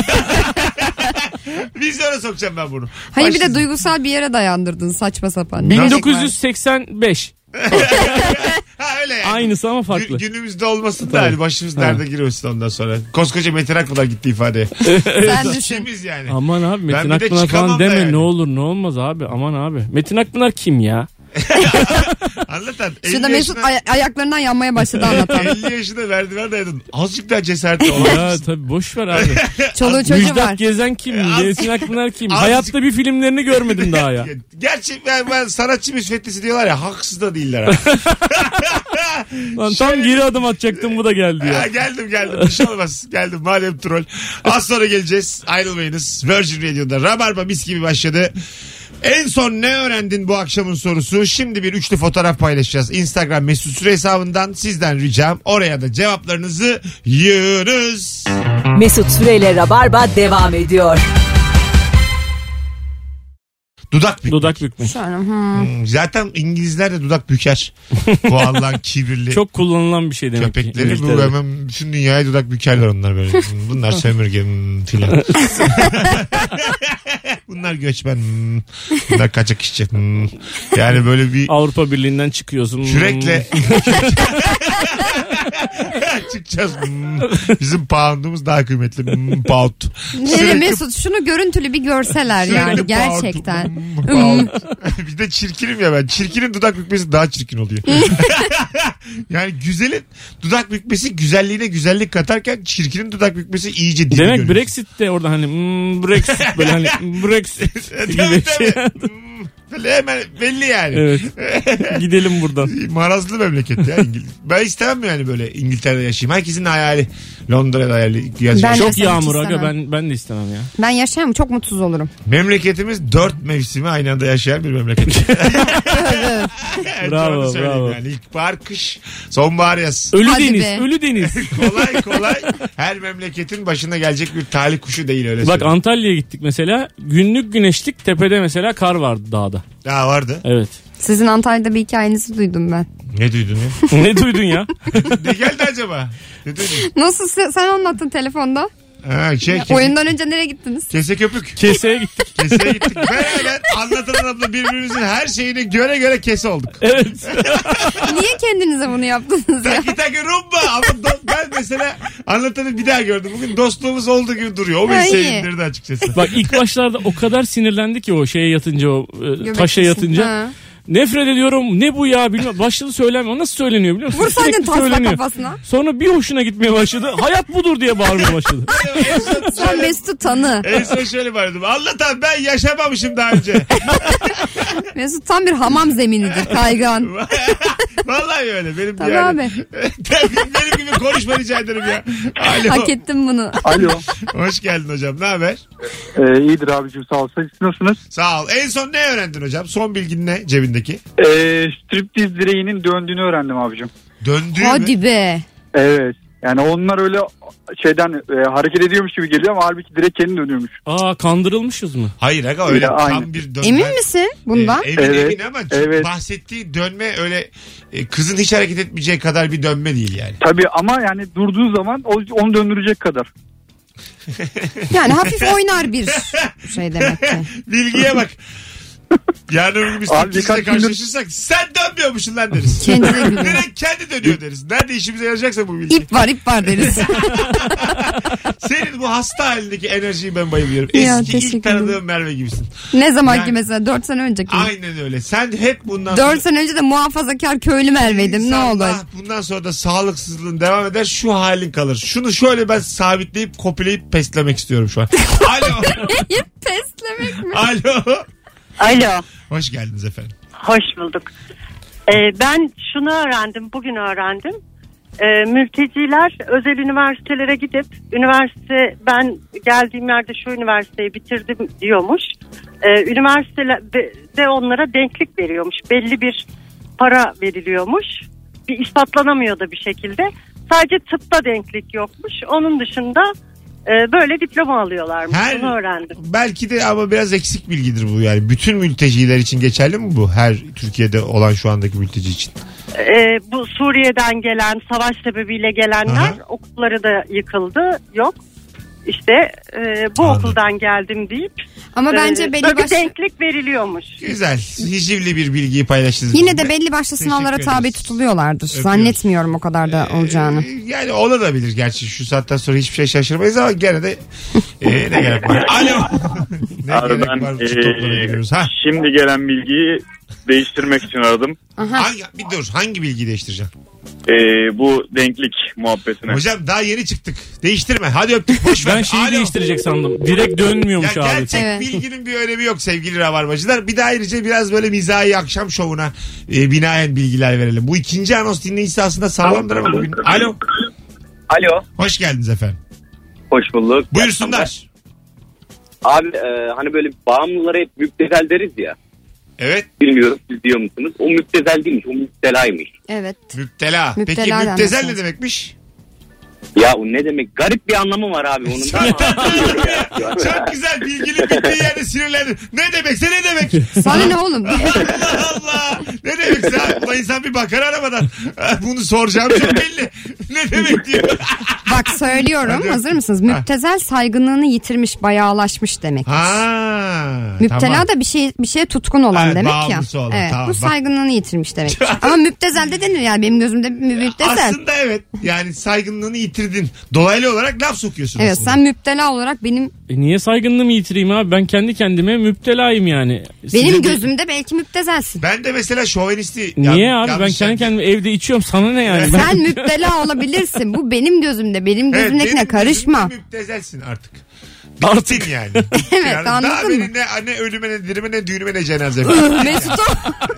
Vizyona sokacağım ben bunu. Hayır bir de Faşizm. duygusal bir yere dayandırdın saçma sapan. Ne bin gerek dokuz var? yüz seksen beş. Ha öyle yani. Aynısı ama farklı. Gün- günümüzde olmasın da Tabii. hani başımız Ha. nerede giriyorsun ondan sonra. Koskoca Metin Akpınar gitti ifadeye. Sen düşün. Kimiz yani? Aman abi Metin Ben bir de Akpınar çıkamam falan da deme yani. ne olur ne olmaz abi, aman abi. Metin Akpınar kim ya? Anlatan. Şurada elli Mesut yaşına- ay- ayaklarından yanmaya başladı anlatan. elli yaşında merdiven dayadın. Azıcık daha cesaretli olamaz Ya mısın? tabii boş ver abi. Çoluğu çocuğu Müjdat var. Gezen kim? Az- Metin Akpınar kim? Azıcık- Hayatta bir filmlerini görmedim daha ya. Gerçi ben, ben sanatçı müsveddesi diyorlar ya, haksız da değiller ha. Lan tam geri adım atacaktım, bu da geldi Ya ya. geldim geldim. Bir şey olmaz. Geldim madem troll. Az sonra geleceğiz. Ayrılmayınız. Virgin Radio'da Rabarba mis gibi başladı. En son ne öğrendin bu akşamın sorusu. Şimdi bir üçlü fotoğraf paylaşacağız. Instagram Mesut Süre hesabından sizden ricam. Oraya da cevaplarınızı yığınız. Mesut Süreyle Rabarba devam ediyor. Dudak bükmek. Dudak bükme. Şöyle, hmm. Hmm, Zaten İngilizler de dudak büker. Bu Allah'ın kibirli Çok kullanılan bir şey demek ki. köpekleri. Bu İngiltere'de. hemen bütün dünyaya dudak bükerler onlar böyle. Hmm, Bunlar sömürge hmm, filan. Bunlar göçmen. hmm, Bunlar kaçak işçi. hmm. Yani böyle bir Avrupa Birliği'nden çıkıyorsun. kürekle çıkacağız. Hmm. Bizim poundumuz daha kıymetli. Hmm, pound. Ne Mesut şunu görüntülü bir görseler Sürekli yani pound. gerçekten. Hmm, pound. Bir de çirkinim ya ben. Çirkinin dudak bükmesi daha çirkin oluyor. Yani güzelin dudak bükmesi güzelliğine güzellik katarken çirkinin dudak bükmesi iyice dibi Demek görünüyor. Brexit de orada hani hmm, Brexit böyle hani Brexit gibi Tabii, bir şey. tabii. Hmm, Böyle hemen belli yani. Evet. Gidelim buradan. Marazlı memleket ya İngiliz. Ben istemem yani böyle İngiltere'de yaşayayım. Herkesin hayali. Londra'da hayali. Ben- Yaşayayım. Çok yaşamak yağmur aga, istemem. ben ben de istemem ya. Ben yaşayamam çok mutsuz olurum. Memleketimiz dört mevsimi aynı anda yaşayan bir memleket. Evet, Bravo, onu söyleyeyim bravo. Yani. İlkbahar, kış, sonbahar, yaz. Ölü Hadi deniz, be. ölü deniz. Kolay kolay her memleketin başına gelecek bir talih kuşu değil öyle Bak söyleyeyim. Antalya'ya gittik mesela. Günlük güneşlik, tepede mesela kar vardı dağda. Daha vardı. Evet. Sizin Antalya'da bir hikayenizi duydum ben. Ne duydun ya? Ne duydun ya? Ne geldi acaba? Ne duydun? Nasıl sen, sen anlattın telefonda? Ha, şey, kese, Oyundan önce nereye gittiniz? kese köpük. Keseye gittik. Keseye gittik. Beraber anlatan adamla birbirimizin her şeyini göre göre kese olduk. Evet. Niye kendinize bunu yaptınız ya? Taki taki rumba. Ama do- ben mesela anlatanı bir daha gördüm. Bugün dostluğumuz olduğu gibi duruyor. O beni Ha, iyi. sevindirdi açıkçası. Bak ilk başlarda o kadar sinirlendi ki o şeye yatınca, o e, Göbek taşa kesin. yatınca. Ha. Nefret ediyorum, ne bu ya bilmem. Başladı söylemiyor. Nasıl söyleniyor biliyor musun? Vursaydın Sürekli tasla söyleniyor. kafasına. Sonra bir hoşuna gitmeye başladı. Hayat budur diye bağırmaya başladı. en son, Sen Mesut'u tanı. en son şöyle bağırdım. Anlatan ben yaşamamışım daha önce. Mesut tam bir hamam zeminidir kaygan. Vallahi öyle. Benim Tabii yani. abi. Benim gibi konuşma rica ederim ya. Alo. Hak ettim bunu. Alo. Hoş geldin hocam. Ne haber? Ee, iyidir abicim sağ olsun. Siz nasılsınız? Sağ ol. En son ne öğrendin hocam? Son bilgin ne cebindeki? Ee, striptiz direğinin döndüğünü öğrendim abicim. Döndüğü mü? Hadi be. Evet. Yani onlar öyle şeyden e, hareket ediyormuş gibi geliyor ama halbuki direkt kendi dönüyormuş. Aa, kandırılmışız mı? Hayır aga öyle Ya, tam aynen. bir dönme. Emin misin bundan? Ee, emin Evet, emin ama evet. bahsettiği dönme öyle e, kızın hiç hareket etmeyeceği kadar bir dönme değil yani. Tabii ama yani durduğu zaman o- onu döndürecek kadar. Yani hafif oynar bir şey demek ki. Bilgiye bak. Yarın öbür gün biz Abi striptizle birkaç gündür- karşılaşırsak sen dönmüyormuşsun lan deriz. Kendi de gülüyor. Direkt kendi dönüyor deriz. Nerede işimize yarayacaksa bu bilgi. İp var ip var deriz. Senin bu hasta halindeki enerjiyi ben bayılıyorum. Ya, Eski teşekkür ilk tanıdığım Merve gibisin. Ne zamanki Yani- mesela dört sene önceki. Aynen öyle. Sen hep bundan Dört sene önce de muhafazakar köylü Merve'ydim ne olur. İnşallah bundan sonra da sağlıksızlığın devam eder. Şu halin kalır. Şunu şöyle ben sabitleyip kopyalayıp peslemek istiyorum şu an. Alo. Peslemek mi? Alo. Alo, Hoş geldiniz efendim. hoş bulduk. Ee, ben şunu öğrendim, bugün öğrendim. e, mülteciler özel üniversitelere gidip üniversite ben geldiğim yerde şu üniversiteyi bitirdim diyormuş. E, üniversitede onlara denklik veriyormuş. Belli bir para veriliyormuş. Bir ispatlanamıyor da bir şekilde. Sadece tıpta denklik yokmuş. Onun dışında e, böyle diploma alıyorlarmış. Her, Bunu öğrendim. Belki de ama biraz eksik bilgidir bu yani. Bütün mülteciler için geçerli mi bu? Her Türkiye'de olan şu andaki mülteci için. E, bu Suriye'den gelen, savaş sebebiyle gelenler Aha. okulları da yıkıldı. Yok. İşte e, bu Anladım. okuldan geldim deyip Ama e, bence belli böyle bir başlı... denklik veriliyormuş. Güzel. Hicivli bir bilgiyi paylaştınız. Yine bizimle. de belli başlı sınavlara Teşekkür tabi ederiz. tutuluyorlardır. Öpüyoruz. Zannetmiyorum o kadar da olacağını. Ee, yani olabilir gerçi şu saatten sonra hiçbir şey şaşırmayız ama gene de e, ne gerek var. Alo. ne Abi gerek ben var? ee, Şu toplara giriyoruz. Ha. şimdi gelen bilgiyi değiştirmek için aradım. Aha. Hangi, bir dur hangi bilgiyi değiştireceğim? Ee, bu denklik muhabbetine. Hocam daha yeni çıktık. Değiştirme. Hadi öptük. Boş ver. Ben şeyi Alo. değiştirecek sandım. Direkt dönmüyormuş Ya abi. gerçek Evet. bilginin bir önemi yok sevgili rabarbacılar. Bir de ayrıca biraz böyle mizahi akşam şovuna e, binaen bilgiler verelim. Bu ikinci anons dinleyicisi aslında sağlamdır ama bugün. Alo. Alo. Hoş geldiniz efendim. Hoş bulduk. Buyursunlar. Abi e, hani böyle bağımlılara hep müptezel deriz ya. Evet. Bilmiyorum siz diyor musunuz? O müptezel değilmiş. O müptelaymış. Evet. Müptela. Müptela Peki denmesi müptezel ne lazım. demekmiş? Ya o ne demek? Garip bir anlamı var abi onun da. ama- Çok güzel bilgili bittiği yerde sinirlendi. Ne demekse ne demek? Sana ne oğlum? Allah Allah. Ne demekse ha? Buna insan bir bakar arabadan. Bunu soracağım çok belli. Ne demek diyor. Bak söylüyorum. Hadi. Hazır mısınız? Müptezel saygınlığını yitirmiş, bayağılaşmış demek. Ha. Müptela tamam. da bir şey bir şeye tutkun olan Evet, demek ya. bağımlısı olan, Evet, tamam, bu bak. saygınlığını yitirmiş demek. Ama müptezel de denir yani benim gözümde müptezel. Aslında evet. Yani saygınlığını yitirdin. Dolaylı olarak laf sokuyorsun Evet aslında. sen müptela olarak benim E niye saygınlığımı yitireyim abi? Ben kendi kendime müptelayım yani. benim Size de- gözümde belki müptezelsin. Ben de mesela şovenisti... Niye yan- abi? Ben yanlış kendi yani- kendime evde içiyorum. Sana ne yani? Ben- Sen müptela olabilirsin. Bu benim gözümde. Benim Evet, gözümdekine benim karışma. gözümde müptezelsin artık. Artık. Bittin yani. Evet, yani daha anladın beni mı? ne, ne ölüme ne dirime ne düğünüme ne cenazeme. Mesut'um.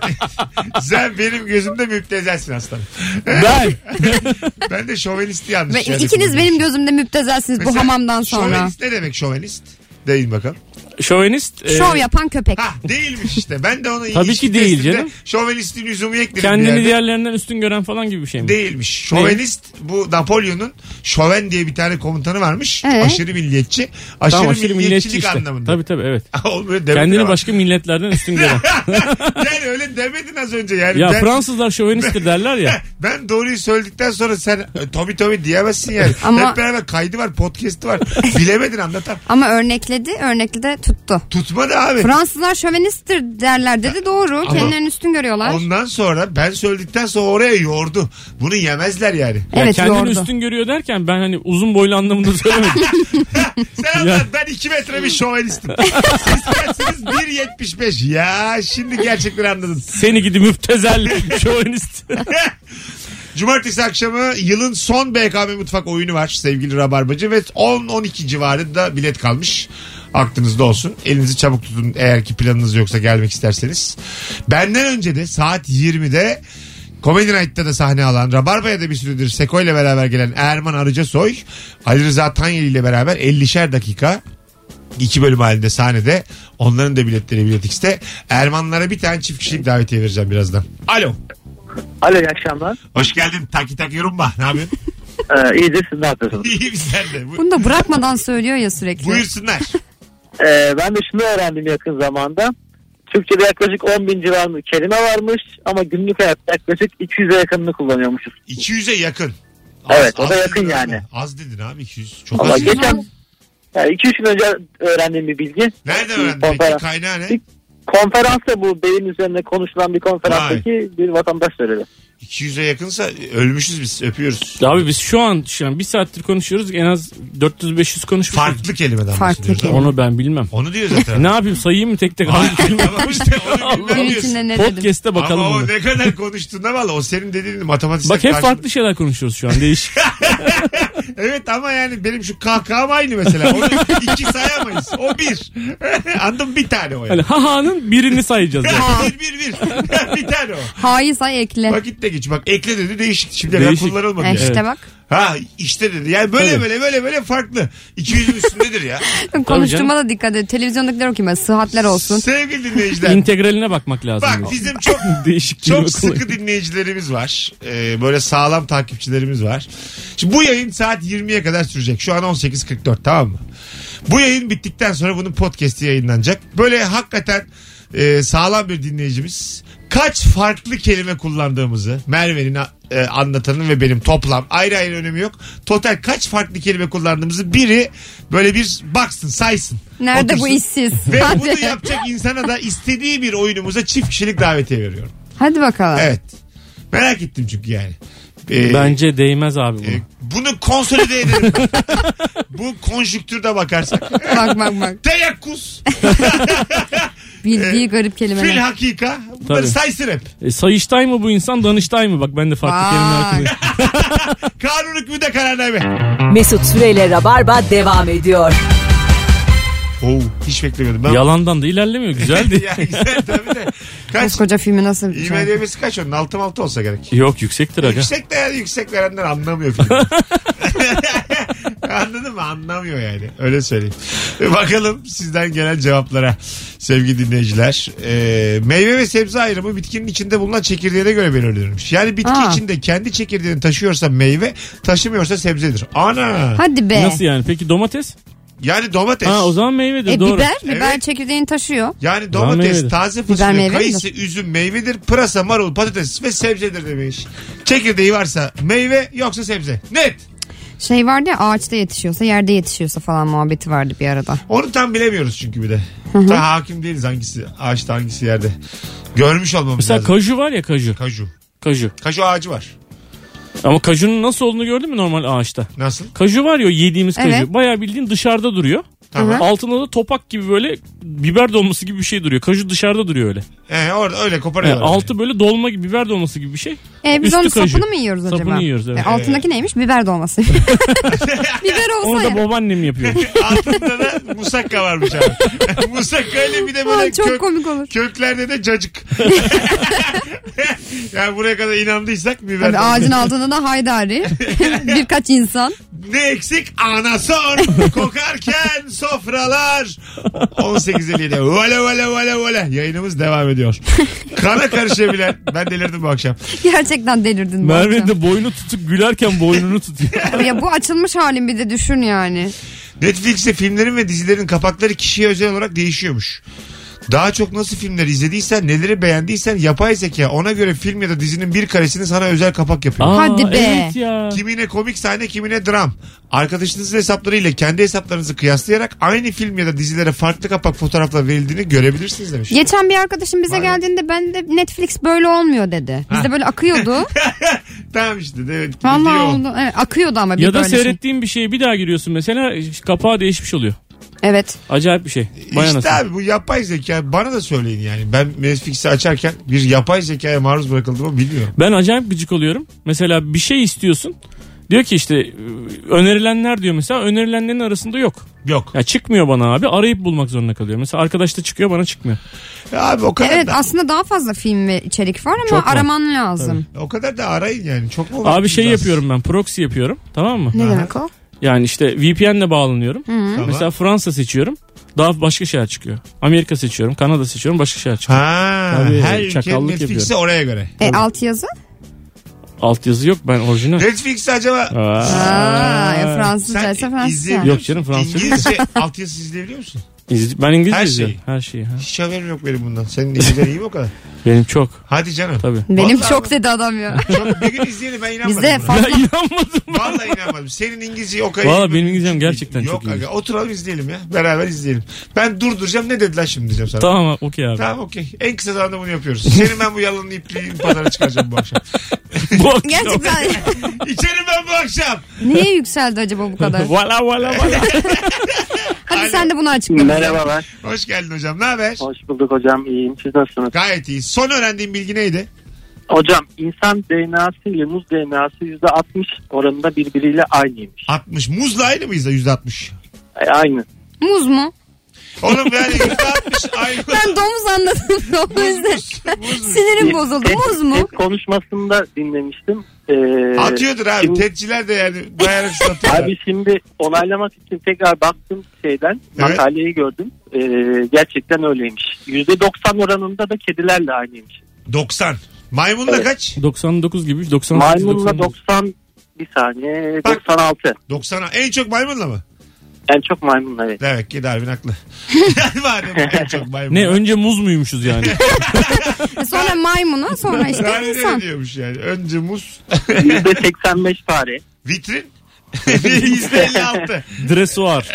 Sen benim gözümde müptezelsin aslanım. Ben. Ben de şovenisti yanlış. Ve söyledim. ikiniz benim gözümde müptezelsiniz bu Mesela hamamdan sonra. Şovenist ne demek şovenist? Deyin bakalım. Şovenist. e, Şov yapan köpek. Ha değilmiş işte. Ben de onu Tabii ilişki ki değil testinde canım. şovenistin yüzümü ekledim. bir kendini yerde. diğerlerinden üstün gören falan gibi bir şey mi? Değilmiş. Şovenist bu Napolyon'un şoven diye bir tane komutanı varmış. Evet. Aşırı milliyetçi. Aşırı, Tamam, aşırı milliyetçi milliyetçilik işte. anlamında. Tabii tabii evet. Oğlum öyle demedin Kendini ama. başka milletlerden üstün gören. Yani öyle demedin az önce. Yani Ya ben, Fransızlar şovenisttir derler ya. ben doğruyu söyledikten sonra sen e, Tommy Tommy diyemezsin yani. Ama- Hep beraber kaydı var, podcast'ı var. Bilemedin anlatan. Ama örnekledi. Örnekledi tuttu. Tutmadı abi. Fransızlar şövenisttir derler dedi doğru. Ama- Kendilerini üstün görüyorlar. Ondan sonra ben söyledikten sonra oraya yordu. Bunu yemezler yani. Ya Evet, kendini yordu. üstün görüyor derken ben hani uzun boylu anlamında söylemedim. Sen anlat ben iki metre bir şovenistim. Siz kaçsınız? bir yetmiş beş. Ya şimdi gerçekten anladın. Seni gidi müptezel şovenist. Cumartesi akşamı yılın son B K M Mutfak oyunu var sevgili Rabarbacı ve on on iki civarında bilet kalmış. Aklınızda olsun. Elinizi çabuk tutun eğer ki planınız yoksa gelmek isterseniz. Benden önce de saat yirmide Comedy Night'ta da sahne alan, Rabarba'ya da bir süredir Seko ile beraber gelen Erman Arıcasoy, Ali Rıza Tanyeli ile beraber ellişer dakika iki bölüm halinde sahnede. Onların da biletleri Bilet X'te. Ermanlara bir tane çift kişilik davetiye vereceğim birazdan. Alo. Alo iyi akşamlar. Hoş geldin. Taki taki rumba. Ne yapıyorsun? Ee, iyidir siz ne yapıyorsunuz? İyiyim sen de. Bu- Bunu da bırakmadan söylüyor ya sürekli. Buyursunlar. Ee, ben de şunu öğrendim yakın zamanda. Türkçe'de yaklaşık on bin civarında kelime varmış ama günlük hayatta yaklaşık iki yüze yakınını kullanıyormuşuz. iki yüze yakın. Evet, o da yakın dedin yani. abi. Az dedin abi iki yüz. Çok Ama az. geçen yani iki üç gün önce öğrendiğim bir bilgi. Nereden öğrendin Konfer- peki? Kaynağı ne? Konferansta bu beyin üzerine konuşulan bir konferanstaki bir vatandaş söyledi. iki yüze yakınsa ölmüşüz biz. Öpüyoruz. Abi biz şu an şu an bir saattir konuşuyoruz. En az dört yüz beş yüz konuşmuşuz. Farklı kelimeden Farklı bahsediyoruz. kelime. Onu ben bilmem. Onu diyor zaten. E ne yapayım sayayım mı tek tek? Ay, Hangi kelime? tamam işte onu bilmem Gün diyorsun. içinde ne dedim? Podcast'te bakalım Ama o bunu. ne kadar konuştuğuna bağlı. O senin dediğin matematik. Bak hep farklı şeyler konuşuyoruz şu an değişik. Evet ama yani benim şu kahkaham aynı mesela. Onu iki sayamayız. O bir. Anladın bir tane o yani. Hani haha'nın birini sayacağız yani. bir bir bir. Bir tane o. Ha'yı say ekle. Vakit de geçiyor. Bak ekle dedi değişik. Şimdiye kadar Değişik. kullanılmadı. E yani. işte bak. Ha işte dedi. Yani böyle Tabii. böyle böyle böyle farklı. iki yüzün üstündedir ya. Konuştuğuma da dikkat et. Televizyondakiler okuyayım. Sıhhatler olsun. Sevgili dinleyiciler. İntegraline bakmak lazım. Bak bizim çok Değişik çok kelime sıkı kullanıyor. dinleyicilerimiz var. Ee, böyle sağlam takipçilerimiz var. Şimdi bu yayın saat yirmiye kadar sürecek. Şu an on sekiz kırk dört, tamam mı? Bu yayın bittikten sonra bunun podcast'i yayınlanacak. Böyle hakikaten e, sağlam bir dinleyicimiz. Kaç farklı kelime kullandığımızı Merve'nin e, anlatanın ve benim toplam ayrı ayrı önemi yok. Total kaç farklı kelime kullandığımızı biri böyle bir baksın, saysın. Nerede otursun. bu işsiz? Ve Hadi. bunu yapacak insana da istediği bir oyunumuza çift kişilik davetiye veriyorum. Hadi bakalım. Evet. Merak ettim çünkü yani. Ee, Bence değmez abi bunu. e, bunu konsolide edelim. Bu konjüktürde bakarsak. Bak bak bak. Teyakkuz. Bildiği garip Fil kelimeler. hakika. Bunları Tabii. saysın hep. E, Sayıştay mı bu insan, Danıştay mı? Bak ben de farklı Vay. kelimeler kullanıyorum. Kanun hükmünde kararname. Mesut Süreyle Rabarba devam ediyor. Oo, hiç beklemiyordum. Ben... Yalandan da ilerlemiyor. Güzeldi. ya, güzel tabii de. Kaç? Koskoca filmi nasıl İ şey? M D B'si kaç onun? Altı altı olsa gerek. Yok yüksektir aga. Yüksek de yani yüksek verenler anlamıyor filmi. Anladın mı? Anlamıyor yani. Öyle söyleyeyim. Bakalım sizden gelen cevaplara sevgili dinleyiciler. Ee, meyve ve sebze ayrımı bitkinin içinde bulunan çekirdeğine göre belirlenirmiş. Yani bitki Aa. içinde kendi çekirdeğini taşıyorsa meyve, taşımıyorsa sebzedir. Ana! Hadi be. Nasıl yani? Peki domates? Yani domates. Ha o zaman meyvedir E doğru. biber, biber Evet. çekirdeğini taşıyor. Yani Biber domates, meyvedir. taze Biber fasulye, meyve kayısı, üzüm meyvedir. Pırasa, marul, patates ve sebzedir demiş. Çekirdeği varsa meyve, yoksa sebze. Net. Şey vardı ya, ağaçta yetişiyorsa, yerde yetişiyorsa falan muhabbeti vardı bir arada. Onu tam bilemiyoruz çünkü bir de. Daha hakim değiliz hangisi ağaçta hangisi yerde. Görmüş olmamız Mesela lazım. kaju var ya, kaju. Kaju. Kaju. Kaju ağacı var. Ama kajunun nasıl olduğunu gördün mü normal ağaçta? Nasıl? Kaju var ya, o yediğimiz kaju. Evet. Bayağı bildiğin dışarıda duruyor. Tamam. Altında da topak gibi böyle biber dolması gibi bir şey duruyor. Kaju dışarıda duruyor öyle. Ee, orada öyle Yani koparıyorlar. altı böyle dolma gibi, biber dolması gibi bir şey. E biz Üstü onun kaju. sapını mı yiyoruz acaba? Sapını yiyoruz, evet. E, altındaki neymiş? Biber dolması. Biber olsa Onu da ya. babaannem yapıyor. Altında da musakka varmış abi. Musakka ile bir de böyle Aa, çok kök, komik olur. köklerde de cacık. Yani buraya kadar inandıysak biber. Tabii ağacın altında da haydari. Birkaç insan. Ne eksik? Anason. Kokarken sofralar. on sekiz elli yedi. Vale vale vale vale. Yayınımız devam ediyor. Kana karışabilen. Ben delirdim bu akşam. Gerçekten delirdin bu Merve akşam. de boynu tutup gülerken boynunu tutuyor. Ya bu açılmış halin, bir de düşün yani. Netflix'te filmlerin ve dizilerin kapakları kişiye özel olarak değişiyormuş. Daha çok nasıl filmler izlediysen, neleri beğendiysen yapay zeka ona göre film ya da dizinin bir karesini sana özel kapak yapıyor. Aa, Hadi be. Evet ya. Kimine komik sahne, kimine dram. Arkadaşınızın hesaplarıyla kendi hesaplarınızı kıyaslayarak aynı film ya da dizilere farklı kapak fotoğraflar verildiğini görebilirsiniz demiş. Geçen bir arkadaşım bize Vay be. geldiğinde ben de Netflix böyle olmuyor dedi. Bizde böyle akıyordu. Tamam işte. Evet, Vallahi diyor. oldu. Evet, akıyordu ama bir Ya da böyle şey. seyrettiğin bir şeye bir daha giriyorsun mesela, kapağı değişmiş oluyor. Evet. Acayip bir şey. Vay İşte anasını. abi bu yapay zeka bana da söyleyin yani. Ben Netflix'i açarken bir yapay zekaya maruz bırakıldığımı bilmiyorum. Ben acayip gıcık oluyorum. Mesela bir şey istiyorsun. Diyor ki işte önerilenler diyor mesela, önerilenlerin arasında yok. Yok. Ya çıkmıyor bana abi, arayıp bulmak zorunda kalıyor. Mesela arkadaşta çıkıyor, bana çıkmıyor. Ya abi o kadar Evet, da, aslında daha fazla film ve içerik var ama Çok var. araman lazım. o kadar da arayın yani. Çok mu Abi vaktiniz şey az? yapıyorum ben, proxy yapıyorum, tamam mı? Ne Aha. demek o? Yani işte V P N'le bağlanıyorum. Tamam. Mesela Fransa seçiyorum. Daha başka şeyler çıkıyor. Amerika seçiyorum, Kanada seçiyorum, başka şeyler çıkıyor. Ha, Tabii, her ülkenin çakallık Netflix'i yapıyorum. oraya göre. E altyazı? Altyazı yok, ben orijinal. Netflix'i acaba Aa. Aa, ya Fransızca sen ise Fransızca. izleyebiliyor Yok canım, musun? Fransızca. İngilizce altyazı izleyebiliyor musun? İzle- ben İngilizce Her izliyorum. şeyi. Her şeyi. Ha. Hiç haberim yok benim bundan. Senin İngilizcen iyi mi o kadar? Benim çok. Hadi canım. Tabii. Benim Vallahi çok mi? dedi adam ya. Çok, bir gün izleyelim, ben inanmadım. Bizde buna. Ya fazla inanmadım. Vallahi inanmadım. Senin İngilizceyi o kadar Valla iyi- benim İngilizcem gerçekten Yok çok iyi. aga, oturalım izleyelim ya. Beraber izleyelim. Ben durduracağım, ne dediler şimdi diyeceğim sana. Tamam abi, okey abi. Tamam okey. En kısa zamanda bunu yapıyoruz. Senin ben bu yalanını ipliğin pazara çıkaracağım bu akşam. Bu akşam. gerçekten İçerim ben bu akşam. niye yükseldi acaba bu kadar? Vala vala vala. Hadi Alo. sen de bunu açıkla. bize. Merhabalar. Hoş geldin hocam. Ne haber? Hoş bulduk hocam. İyiyim. Siz nasılsınız? Gayet iyi. Son öğrendiğin bilgi neydi? Hocam insan D N A'sı ile muz D N A'sı yüzde altmış oranında birbiriyle aynıymış. altmış. Muzla aynı mıyız da yüzde altmış? E, aynı. Muz mu? Oğlum yani yüzde altmış aynı. Ben domuz anladım. O yüzden sinirim bozuldu. Muz mu? TED konuşmasında dinlemiştim. Ee, Atıyordur abi. şimdi- Tetçiler de yani dayanıksız atıyorlar. Abi şimdi onaylamak için tekrar baktım şeyden, Evet. makaleyi gördüm. Ee, gerçekten öyleymiş. yüzde doksan oranında da kedilerle aynıymış. doksan. Maymunla Evet. kaç? doksan dokuz gibi doksan sekiz Maymunla doksan doksan, bir saniye, Bak. doksan altı. doksan. En çok maymunla mı? En çok maymunla, evet. Demek ki Darwin haklı. Yani madem en çok maymunla. Ne önce muz muymuşuz yani? Sonra maymuna, sonra işte Darwin insan. öyle diyormuş yani. Önce muz. yüzde seksen beş fare. Vitrin. yüzde elli altı. Dresuar.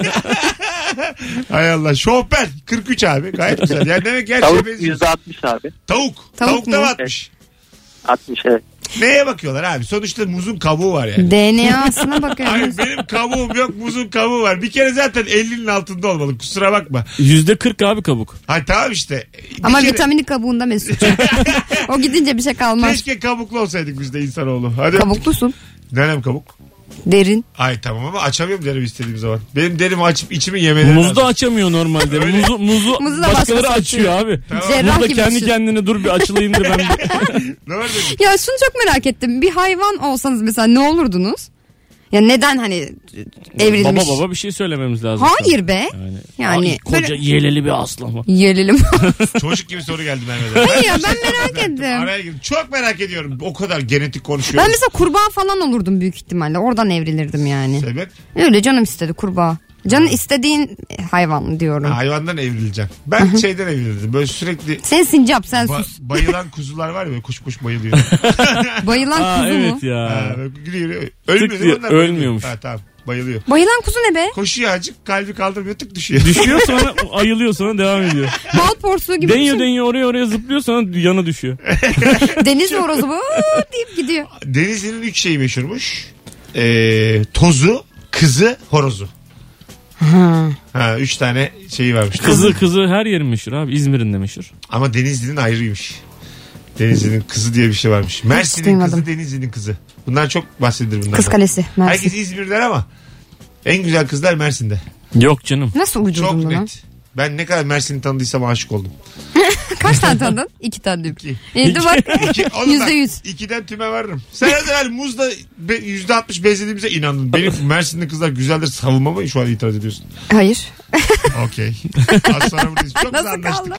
Hay Allah. Şofben kırk üç abi. Gayet güzel. Yani demek ki her şeye Tavuk benziyor. yüzde altmış abi. Tavuk. Tavuk Tavuk da mu? mı altmış? altmış, evet. Neye bakıyorlar abi? Sonuçta muzun kabuğu var yani. D N A'sına Hayır bakıyoruz. benim kabuğum yok, muzun kabuğu var. Bir kere zaten ellinin altında olmalı, kusura bakma. yüzde kırk abi kabuk. Hayır tamam işte. Bir Ama kere- vitamini kabuğunda Mesut. O gidince bir şey kalmaz. Keşke kabuklu olsaydık biz de insanoğlu. Hadi. Kabuklusun. Nerem kabuk? Derin. Ay tamam ama açamıyorum derimi istediğim zaman. Benim derimi açıp içimi yemeleri Muz da lazım. açamıyor normalde. Öyle. Muzu, muzu, Muzu da başkaları başkası açıyor abi. Cerrah Muz da gibi kendi düşün. kendine dur bir açılayımdır ben. bir- Doğru dedin. Ya şunu çok merak ettim. Bir hayvan olsanız mesela ne olurdunuz? Ya neden hani evrilmiş? Baba baba bir şey söylememiz lazım. Hayır be. Yani, Yani Ay, koca böyle- yeleli bir aslan mı? Yiyelim. Çocuk gibi soru geldi Mehmet'e. Hayır ya, ben merak ettim. Araya girdim. Çok merak ediyorum. O kadar genetik konuşuyoruz. Ben mesela kurbağa falan olurdum büyük ihtimalle. Oradan evrilirdim yani. Sebep? Öyle canım istedi kurbağa. Canın istediğin hayvan diyorum. Hayvandan evrileceğim. Ben şeyden evrilirdim. Böyle sürekli Sen sincap, sen ba- sus. bayılan kuzular var ya böyle kuş kuş bayılıyor. Bayılan Aa, kuzu evet mu? ya. Ha, böyle gülüyor. Ölmüyor değil mi diyor, onlar? Bayılıyor. ölmüyormuş. Ha, tamam bayılıyor. Bayılan kuzu ne be? Koşuyor azıcık kalbi kaldırmıyor tık düşüyor. Düşüyor sonra ayılıyor sonra devam ediyor. Bal porsuğu gibi Deniyor düşün. deniyor oraya oraya zıplıyor sonra yana düşüyor. Deniz horozu bu deyip gidiyor. Denizli'nin üç şeyi meşhurmuş. Ee, tozu, kızı, horozu. Ha, üç tane şeyi varmış. Kızı kızı her yerin meşhur abi. İzmir'in de meşhur. Ama Denizli'nin ayrıymış. Denizli'nin kızı diye bir şey varmış. Mersin'in duymadım. kızı, Denizli'nin kızı. Bunlar çok bahsedilir bunlardan. Kız Kalesi. Mersin. Herkes İzmir'den ama en güzel kızlar Mersin'de. Yok canım. Nasıl uydurdun Çok bunu? net. Ben ne kadar Mersin'i tanıdıysam aşık oldum. Kaç tane tanıdın? İki tane diyorum. İki. Elde bak. İki, oğlum Yüzde bak, yüz. İkiden tüme varırım. Sen herhalde muzda be- yüzde altmış benzediğimize inandın. Benim Mersin'de kızlar güzeldir savunma mı şu an itiraz ediyorsun? Hayır. Okey. Az sonra buradayız. Çok Nasıl da anlaştık. kaldı?